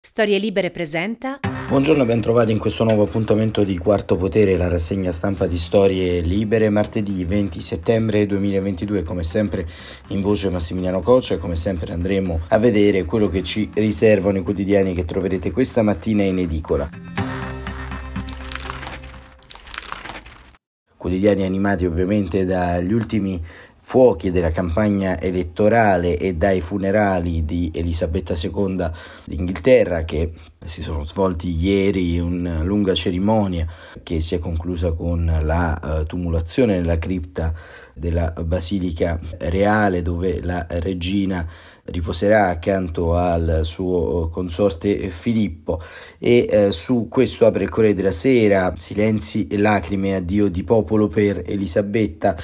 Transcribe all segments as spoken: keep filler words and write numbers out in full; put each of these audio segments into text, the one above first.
Storie Libere presenta. Buongiorno e ben trovati in questo nuovo appuntamento di Quarto Potere, la rassegna stampa di Storie Libere, martedì venti settembre duemilaventidue. Come sempre in voce Massimiliano Coccia e come sempre andremo a vedere quello che ci riservano i quotidiani che troverete questa mattina in edicola. Quotidiani animati ovviamente dagli ultimi fuochi della campagna elettorale e dai funerali di Elisabetta seconda d'Inghilterra, che si sono svolti ieri, una lunga cerimonia che si è conclusa con la uh, tumulazione nella cripta della Basilica Reale, dove la regina riposerà accanto al suo consorte Filippo. E eh, su questo apre il Corriere della Sera: silenzi e lacrime, addio di popolo per Elisabetta.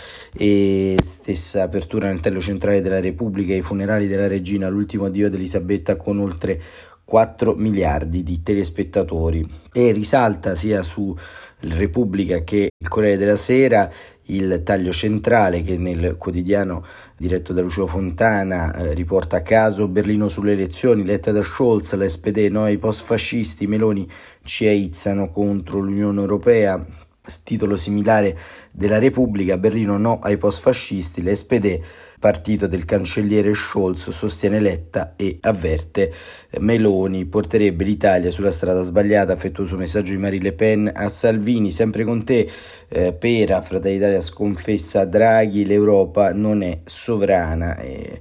E stessa apertura nel Taglio Centrale della Repubblica, i funerali della regina, l'ultimo addio ad Elisabetta con oltre quattro miliardi di telespettatori. E risalta sia su Repubblica che il Corriere della Sera il Taglio Centrale, che nel quotidiano diretto da Lucio Fontana eh, riporta a caso Berlino sulle elezioni, Letta da Scholz, l'S P D no ai post-fascisti, Meloni ci aizzano contro l'Unione Europea. Titolo similare della Repubblica: Berlino no ai post-fascisti, l'S P D, partito del cancelliere Scholz, sostiene Letta e avverte Meloni, porterebbe l'Italia sulla strada sbagliata. Affettuoso messaggio di Marine Le Pen a Salvini: sempre con te, eh, Pera, Fratelli d'Italia sconfessa Draghi, l'Europa non è sovrana. E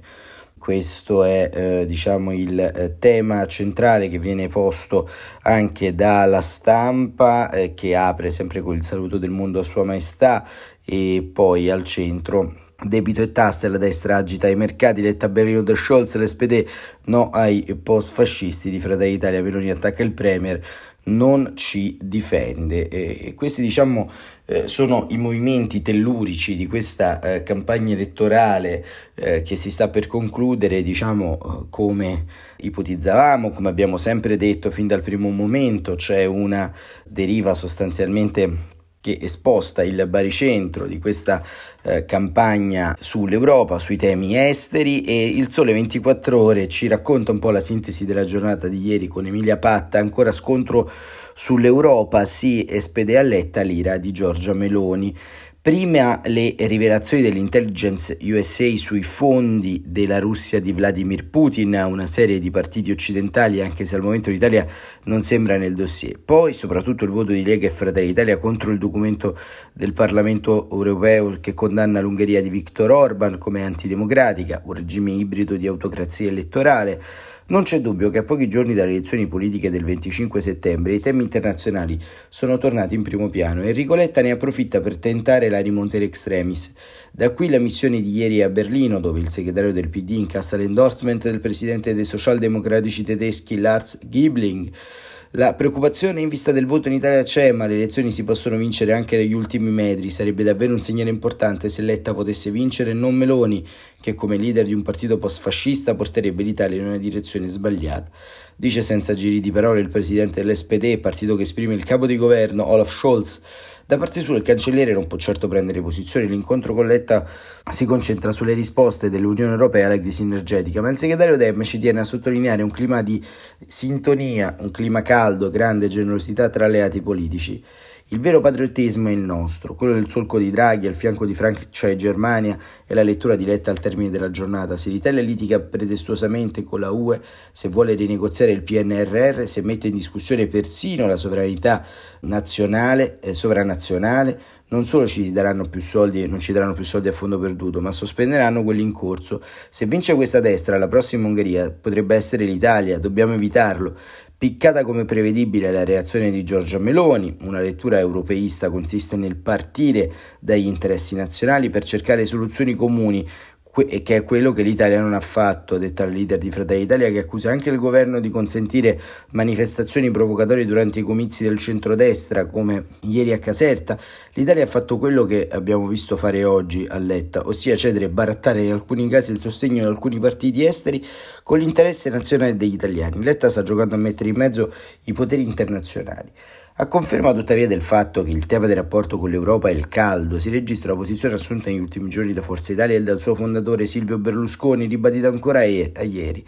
questo è eh, diciamo il eh, tema centrale che viene posto anche dalla Stampa, eh, che apre sempre con il saluto del mondo a Sua Maestà. E poi al centro: debito e tasse, la destra agita i mercati, Letta Berlino da Scholz, l'S P D no ai post-fascisti, di Fratelli d'Italia Meloni attacca il Premier, non ci difende. E questi diciamo eh, sono i movimenti tellurici di questa eh, campagna elettorale eh, che si sta per concludere, diciamo eh, come ipotizzavamo, come abbiamo sempre detto fin dal primo momento. C'è una deriva sostanzialmente che sposta il baricentro di questa eh, campagna sull'Europa, sui temi esteri. E il Sole ventiquattro Ore ci racconta un po' la sintesi della giornata di ieri con Emilia Patta. Ancora scontro sull'Europa, sì S P D a Letta, l'ira di Giorgia Meloni. Prima le rivelazioni dell'intelligence U S A sui fondi della Russia di Vladimir Putin a una serie di partiti occidentali, anche se al momento l'Italia non sembra nel dossier. Poi soprattutto il voto di Lega e Fratelli d'Italia contro il documento del Parlamento europeo che condanna l'Ungheria di Viktor Orban come antidemocratica, un regime ibrido di autocrazia elettorale. Non c'è dubbio che a pochi giorni dalle elezioni politiche del venticinque settembre i temi internazionali sono tornati in primo piano. Enrico Letta ne approfitta per tentare la rimonta extremis. Da qui la missione di ieri a Berlino, dove il segretario del P D incassa l'endorsement del presidente dei socialdemocratici tedeschi Lars Gibling. La preoccupazione in vista del voto in Italia c'è, ma le elezioni si possono vincere anche negli ultimi metri. Sarebbe davvero un segnale importante se Letta potesse vincere, non Meloni, che come leader di un partito post-fascista porterebbe l'Italia in una direzione sbagliata. Dice senza giri di parole il presidente dell'S P D, partito che esprime il capo di governo Olaf Scholz. Da parte sua il cancelliere non può certo prendere posizione. L'incontro con Letta si concentra sulle risposte dell'Unione Europea alla crisi energetica, ma il segretario Dem ci tiene a sottolineare un clima di sintonia, un clima caldo, grande generosità tra alleati politici. Il vero patriottismo è il nostro, quello del solco di Draghi al fianco di Francia e Germania, e la lettura di Letta al termine della giornata. Se l'Italia litiga pretestuosamente con la U E, se vuole rinegoziare il P N R R, se mette in discussione persino la sovranità nazionale, eh, sovranazionale, non solo ci daranno più soldi, non ci daranno più soldi a fondo perduto, ma sospenderanno quelli in corso. Se vince questa destra, la prossima Ungheria potrebbe essere l'Italia, dobbiamo evitarlo. Piccata come prevedibile la reazione di Giorgia Meloni. Una lettura europeista consiste nel partire dagli interessi nazionali per cercare soluzioni comuni, que- che è quello che l'Italia non ha fatto, detta la leader di Fratelli d'Italia, che accusa anche il governo di consentire manifestazioni provocatorie durante i comizi del centrodestra, come ieri a Caserta. L'Italia ha fatto quello che abbiamo visto fare oggi a Letta, ossia cedere e barattare in alcuni casi il sostegno di alcuni partiti esteri con l'interesse nazionale degli italiani. Letta sta giocando a mettere in mezzo i poteri internazionali. A conferma tuttavia del fatto che il tema del rapporto con l'Europa è il caldo, si registra la posizione assunta negli ultimi giorni da Forza Italia e dal suo fondatore Silvio Berlusconi, ribadita ancora a ieri.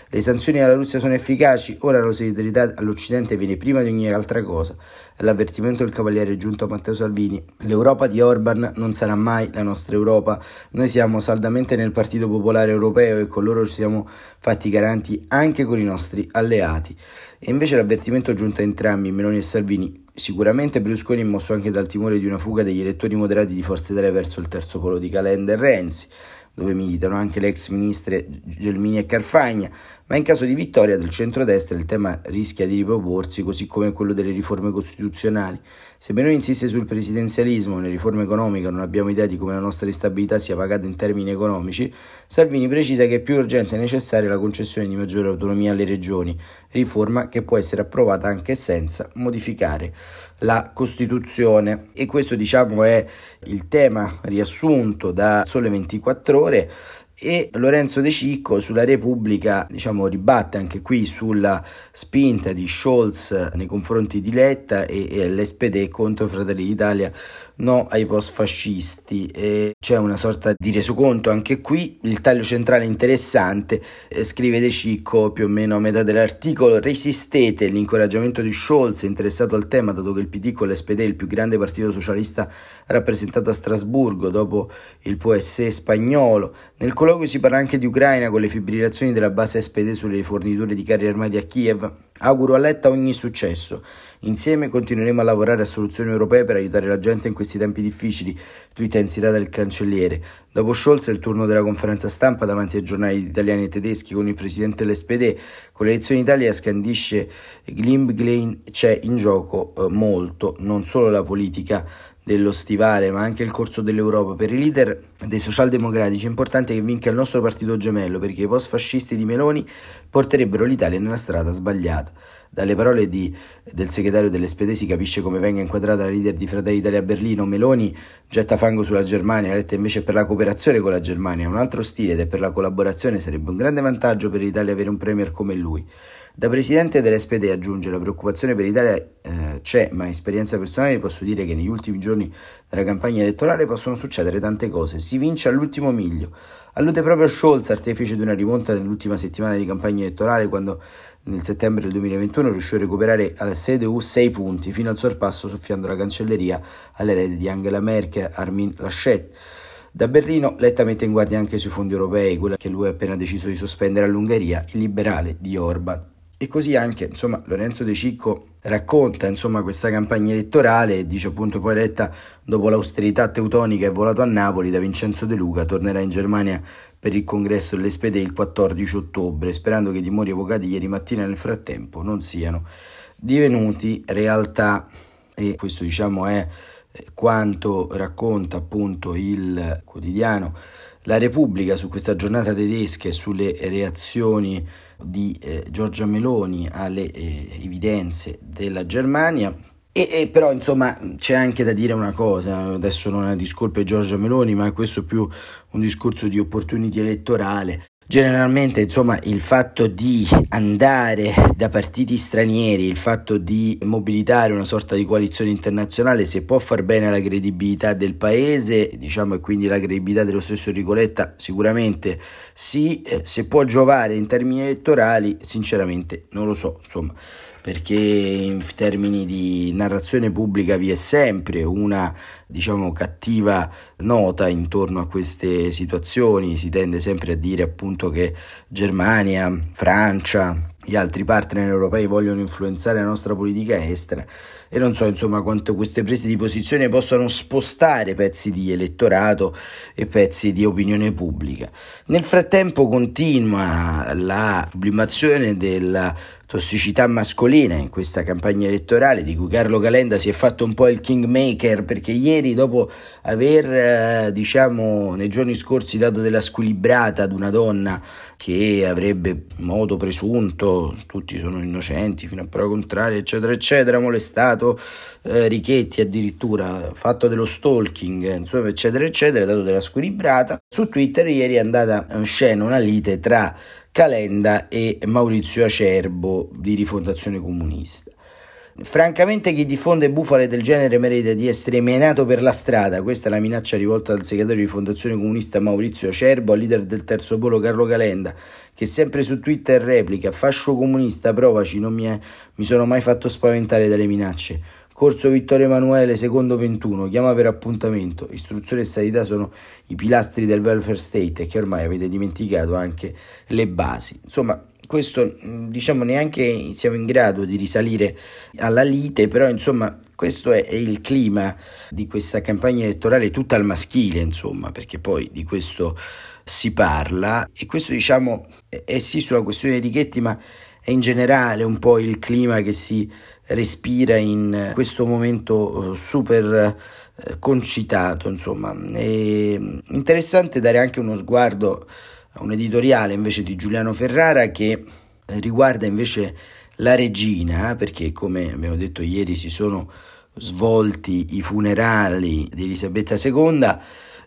Le sanzioni alla Russia sono efficaci, ora la solidarietà all'Occidente viene prima di ogni altra cosa. È l'avvertimento del cavaliere giunto a Matteo Salvini. L'Europa di Orban non sarà mai la nostra Europa. Noi siamo saldamente nel Partito Popolare Europeo e con loro ci siamo fatti garanti anche con i nostri alleati. E invece l'avvertimento giunto a entrambi, Meloni e Salvini. Sicuramente Berlusconi è mosso anche dal timore di una fuga degli elettori moderati di Forza Italia verso il terzo polo di Calenda e Renzi, dove militano anche le ex ministre Gelmini e Carfagna, ma in caso di vittoria del centrodestra il tema rischia di riproporsi, così come quello delle riforme costituzionali. Se Meloni insiste sul presidenzialismo e una riforma economica non abbiamo idea di come la nostra instabilità sia pagata in termini economici, Salvini precisa che è più urgente e necessaria la concessione di maggiore autonomia alle regioni, riforma che può essere approvata anche senza modificare la Costituzione. E questo, diciamo, è il tema riassunto da Sole ventiquattro Ore. E Lorenzo De Cicco sulla Repubblica, diciamo, ribatte anche qui sulla spinta di Scholz nei confronti di Letta e, e l'S P D contro Fratelli d'Italia, no ai post fascisti. E c'è una sorta di resoconto anche qui. Il taglio centrale interessante, eh, scrive De Cicco più o meno a metà dell'articolo: resistete, l'incoraggiamento di Scholz interessato al tema, dato che il P D con l'S P D è il più grande partito socialista rappresentato a Strasburgo dopo il P U S spagnolo. Nel colloquio si parla anche di Ucraina con le fibrillazioni della base S P D sulle forniture di carri armati a Kiev. Auguro a Letta ogni successo. Insieme continueremo a lavorare a soluzioni europee per aiutare la gente in questi tempi difficili, twitta in serata il cancelliere. Dopo Scholz è il turno della conferenza stampa davanti ai giornali italiani e tedeschi con il presidente dell'S P D. Con le elezioni in Italia, scandisce Glimbglein, c'è in gioco eh, molto, non solo la politica dello stivale, ma anche il corso dell'Europa. Per i leader dei socialdemocratici è importante che vinca il nostro partito gemello, perché i post fascisti di Meloni porterebbero l'Italia nella strada sbagliata. Dalle parole di, del segretario dell'S P D si capisce come venga inquadrata la leader di Fratelli d'Italia a Berlino. Meloni getta fango sulla Germania, Letta invece è per la cooperazione con la Germania, è un altro stile ed è per la collaborazione. Sarebbe un grande vantaggio per l'Italia avere un premier come lui. Da presidente dell'S P D aggiunge: la preoccupazione per l'Italia eh, c'è, ma in esperienza personale posso dire che negli ultimi giorni della campagna elettorale possono succedere tante cose. Si vince all'ultimo miglio. Allude proprio a Scholz, artefice di una rimonta nell'ultima settimana di campagna elettorale, quando nel settembre del duemilaventuno riuscì a recuperare alla C D U sei punti, fino al sorpasso soffiando la cancelleria all'erede di Angela Merkel, Armin Laschet. Da Berlino Letta mette in guardia anche sui fondi europei, quella che lui ha appena deciso di sospendere all'Ungheria, il liberale di Orban. E così anche, insomma, Lorenzo De Cicco racconta, insomma, questa campagna elettorale e dice appunto: poi Letta, dopo l'austerità teutonica, è volato a Napoli da Vincenzo De Luca, tornerà in Germania per il congresso dell'S P D il quattordici ottobre, sperando che i timori evocati ieri mattina nel frattempo non siano divenuti realtà. E questo, diciamo, è quanto racconta appunto il quotidiano La Repubblica su questa giornata tedesca e sulle reazioni di eh, Giorgia Meloni alle eh, evidenze della Germania. E, e però, insomma, c'è anche da dire una cosa: adesso non è discolpa di Giorgia Meloni, ma questo è più un discorso di opportunity elettorale. Generalmente, insomma, il fatto di andare da partiti stranieri, il fatto di mobilitare una sorta di coalizione internazionale, se può far bene alla credibilità del paese, diciamo, e quindi la credibilità dello stesso Enrico Letta, sicuramente sì. Eh, se può giovare in termini elettorali, sinceramente non lo so, insomma, perché in termini di narrazione pubblica vi è sempre una, diciamo, cattiva nota intorno a queste situazioni. Si tende sempre a dire appunto che Germania, Francia, gli altri partner europei vogliono influenzare la nostra politica estera, e non so, insomma, quanto queste prese di posizione possano spostare pezzi di elettorato e pezzi di opinione pubblica. Nel frattempo continua la sublimazione della tossicità mascolina in questa campagna elettorale, di cui Carlo Calenda si è fatto un po' il kingmaker, perché ieri, dopo aver, diciamo, nei giorni scorsi dato della squilibrata ad una donna che avrebbe, in modo presunto, tutti sono innocenti fino a prova contraria, eccetera eccetera, molestato eh, Richetti, addirittura fatto dello stalking, insomma, eccetera eccetera, dato della squilibrata, su Twitter ieri è andata in scena una lite tra Calenda e Maurizio Acerbo di Rifondazione Comunista. Francamente chi diffonde bufale del genere merita di essere menato per la strada. Questa è la minaccia rivolta dal segretario di Fondazione Comunista Maurizio Acerbo al leader del Terzo Polo Carlo Calenda, che sempre su Twitter replica: fascio comunista, provaci, non mi, è, mi sono mai fatto spaventare dalle minacce. Corso Vittorio Emanuele secondo ventuno, chiama per appuntamento. Istruzione e sanità sono i pilastri del welfare state e che ormai avete dimenticato anche le basi. Insomma, questo diciamo neanche siamo in grado di risalire alla lite, però insomma questo è, è il clima di questa campagna elettorale tutta al maschile, insomma, perché poi di questo si parla, e questo diciamo è, è sì sulla questione di Richetti, ma è in generale un po' il clima che si respira in questo momento super eh, concitato, insomma. È interessante dare anche uno sguardo un editoriale invece di Giuliano Ferrara che riguarda invece la regina, perché come abbiamo detto ieri si sono svolti i funerali di Elisabetta seconda,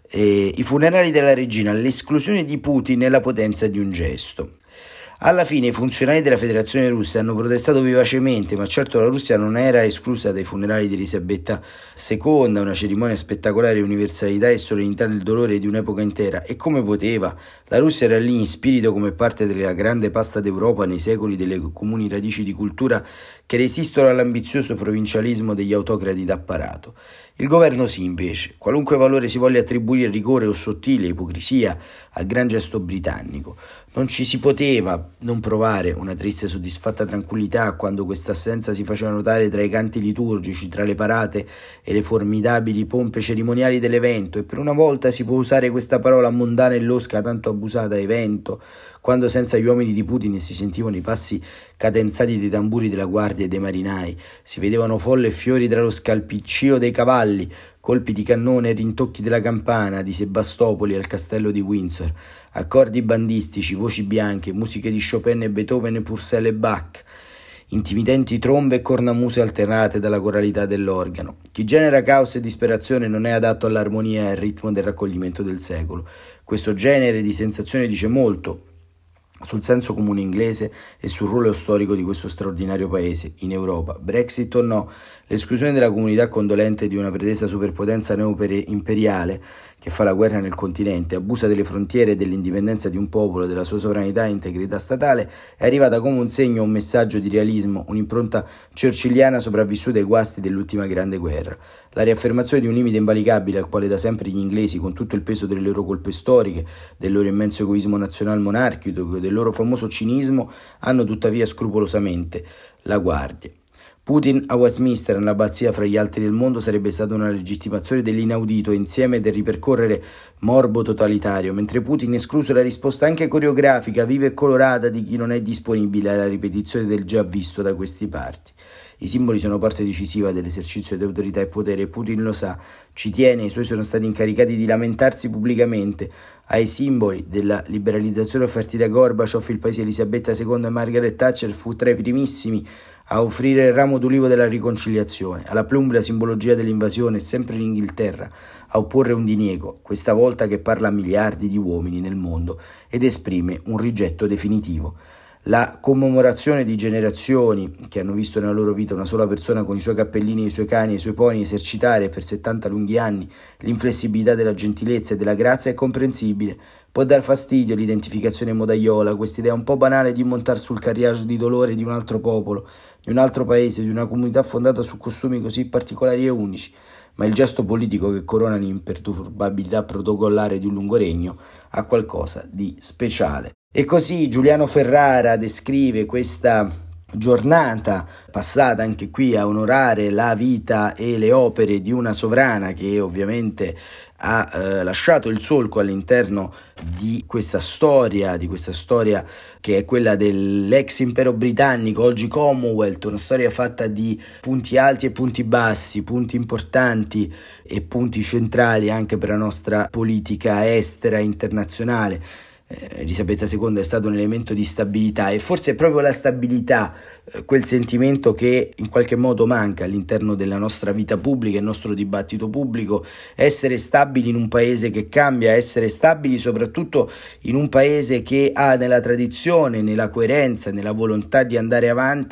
e i funerali della regina, l'esclusione di Putin e la potenza di un gesto. Alla fine i funzionari della Federazione Russa hanno protestato vivacemente, ma certo la Russia non era esclusa dai funerali di Elisabetta seconda, una cerimonia spettacolare di universalità e solennità nel dolore di un'epoca intera. E come poteva? La Russia era lì in spirito come parte della grande pasta d'Europa nei secoli delle comuni radici di cultura che resistono all'ambizioso provincialismo degli autocrati d'apparato. Il governo sì, invece, qualunque valore si voglia attribuire rigore o sottile ipocrisia al gran gesto britannico. Non ci si poteva non provare una triste e soddisfatta tranquillità quando questa assenza si faceva notare tra i canti liturgici, tra le parate e le formidabili pompe cerimoniali dell'evento, e per una volta si può usare questa parola mondana e losca tanto abusata, evento, quando senza gli uomini di Putin si sentivano i passi cadenzati dei tamburi della guardia e dei marinai, si vedevano folle e fiori tra lo scalpiccio dei cavalli, colpi di cannone e rintocchi della campana di Sebastopoli al castello di Windsor, accordi bandistici, voci bianche, musiche di Chopin e Beethoven, Purcell e Bach, intimidenti trombe e cornamuse alternate dalla coralità dell'organo. Chi genera caos e disperazione non è adatto all'armonia e al ritmo del raccoglimento del secolo. Questo genere di sensazione dice molto sul senso comune inglese e sul ruolo storico di questo straordinario paese in Europa. Brexit o no, l'esclusione della comunità condolente di una pretesa superpotenza neo-imperiale che fa la guerra nel continente, abusa delle frontiere e dell'indipendenza di un popolo, della sua sovranità e integrità statale, è arrivata come un segno, un messaggio di realismo, un'impronta churchilliana sopravvissuta ai guasti dell'ultima grande guerra. La riaffermazione di un limite invalicabile al quale da sempre gli inglesi, con tutto il peso delle loro colpe storiche, del loro immenso egoismo nazional-monarchico, del loro famoso cinismo, hanno tuttavia scrupolosamente la guardia. Putin a Westminster, nell'abbazia fra gli altri del mondo, sarebbe stata una legittimazione dell'inaudito e insieme del ripercorrere morbo totalitario, mentre Putin escluso la risposta anche coreografica, viva e colorata di chi non è disponibile alla ripetizione del già visto da questi parti. I simboli sono parte decisiva dell'esercizio di autorità e potere, e Putin lo sa, ci tiene, i suoi sono stati incaricati di lamentarsi pubblicamente. Ai simboli della liberalizzazione offerti da Gorbaciov, il paese Elisabetta seconda e Margaret Thatcher fu tra i primissimi a offrire il ramo d'ulivo della riconciliazione, alla plumbea simbologia dell'invasione, sempre l'Inghilterra a opporre un diniego, questa volta che parla a miliardi di uomini nel mondo ed esprime un rigetto definitivo. La commemorazione di generazioni che hanno visto nella loro vita una sola persona con i suoi cappellini, i suoi cani e i suoi poni esercitare per settanta lunghi anni l'inflessibilità della gentilezza e della grazia è comprensibile. Può dar fastidio l'identificazione modaiola, quest'idea un po' banale di montare sul carriage di dolore di un altro popolo, di un altro paese, di una comunità fondata su costumi così particolari e unici, ma il gesto politico che corona l'imperturbabilità protocollare di un lungo regno ha qualcosa di speciale. E così Giuliano Ferrara descrive questa giornata passata anche qui a onorare la vita e le opere di una sovrana che ovviamente ha eh, lasciato il solco all'interno di questa storia, di questa storia che è quella dell'ex impero britannico, oggi Commonwealth, una storia fatta di punti alti e punti bassi, punti importanti e punti centrali anche per la nostra politica estera e internazionale. Elisabetta seconda è stato un elemento di stabilità e forse è proprio la stabilità, eh, quel sentimento che in qualche modo manca all'interno della nostra vita pubblica, il nostro dibattito pubblico, essere stabili in un paese che cambia, essere stabili soprattutto in un paese che ha nella tradizione, nella coerenza, nella volontà di andare avanti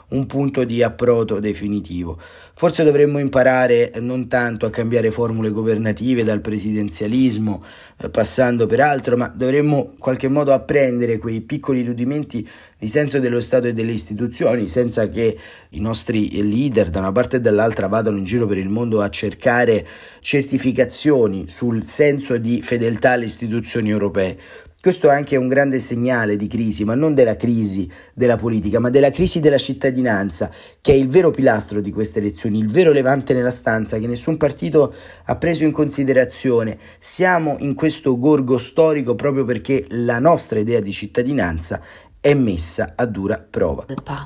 un punto di approdo definitivo. Forse dovremmo imparare non tanto a cambiare formule governative dal presidenzialismo, eh, passando per altro, ma dovremmo in qualche modo apprendere quei piccoli rudimenti di senso dello Stato e delle istituzioni, senza che i nostri leader da una parte e dall'altra vadano in giro per il mondo a cercare certificazioni sul senso di fedeltà alle istituzioni europee. Questo è anche un grande segnale di crisi, ma non della crisi della politica, ma della crisi della cittadinanza, che è il vero pilastro di queste elezioni, il vero levante nella stanza che nessun partito ha preso in considerazione. Siamo in questo gorgo storico proprio perché la nostra idea di cittadinanza è messa a dura prova.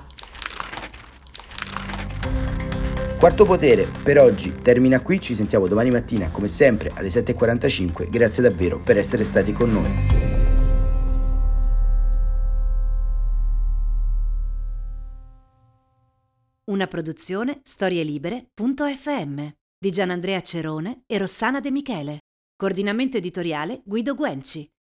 Quarto Potere per oggi termina qui, ci sentiamo domani mattina come sempre alle sette e quarantacinque, grazie davvero per essere stati con noi. Una produzione storielibere punto effe emme di Gianandrea Cerone e Rossana De Michele. Coordinamento editoriale Guido Guenci.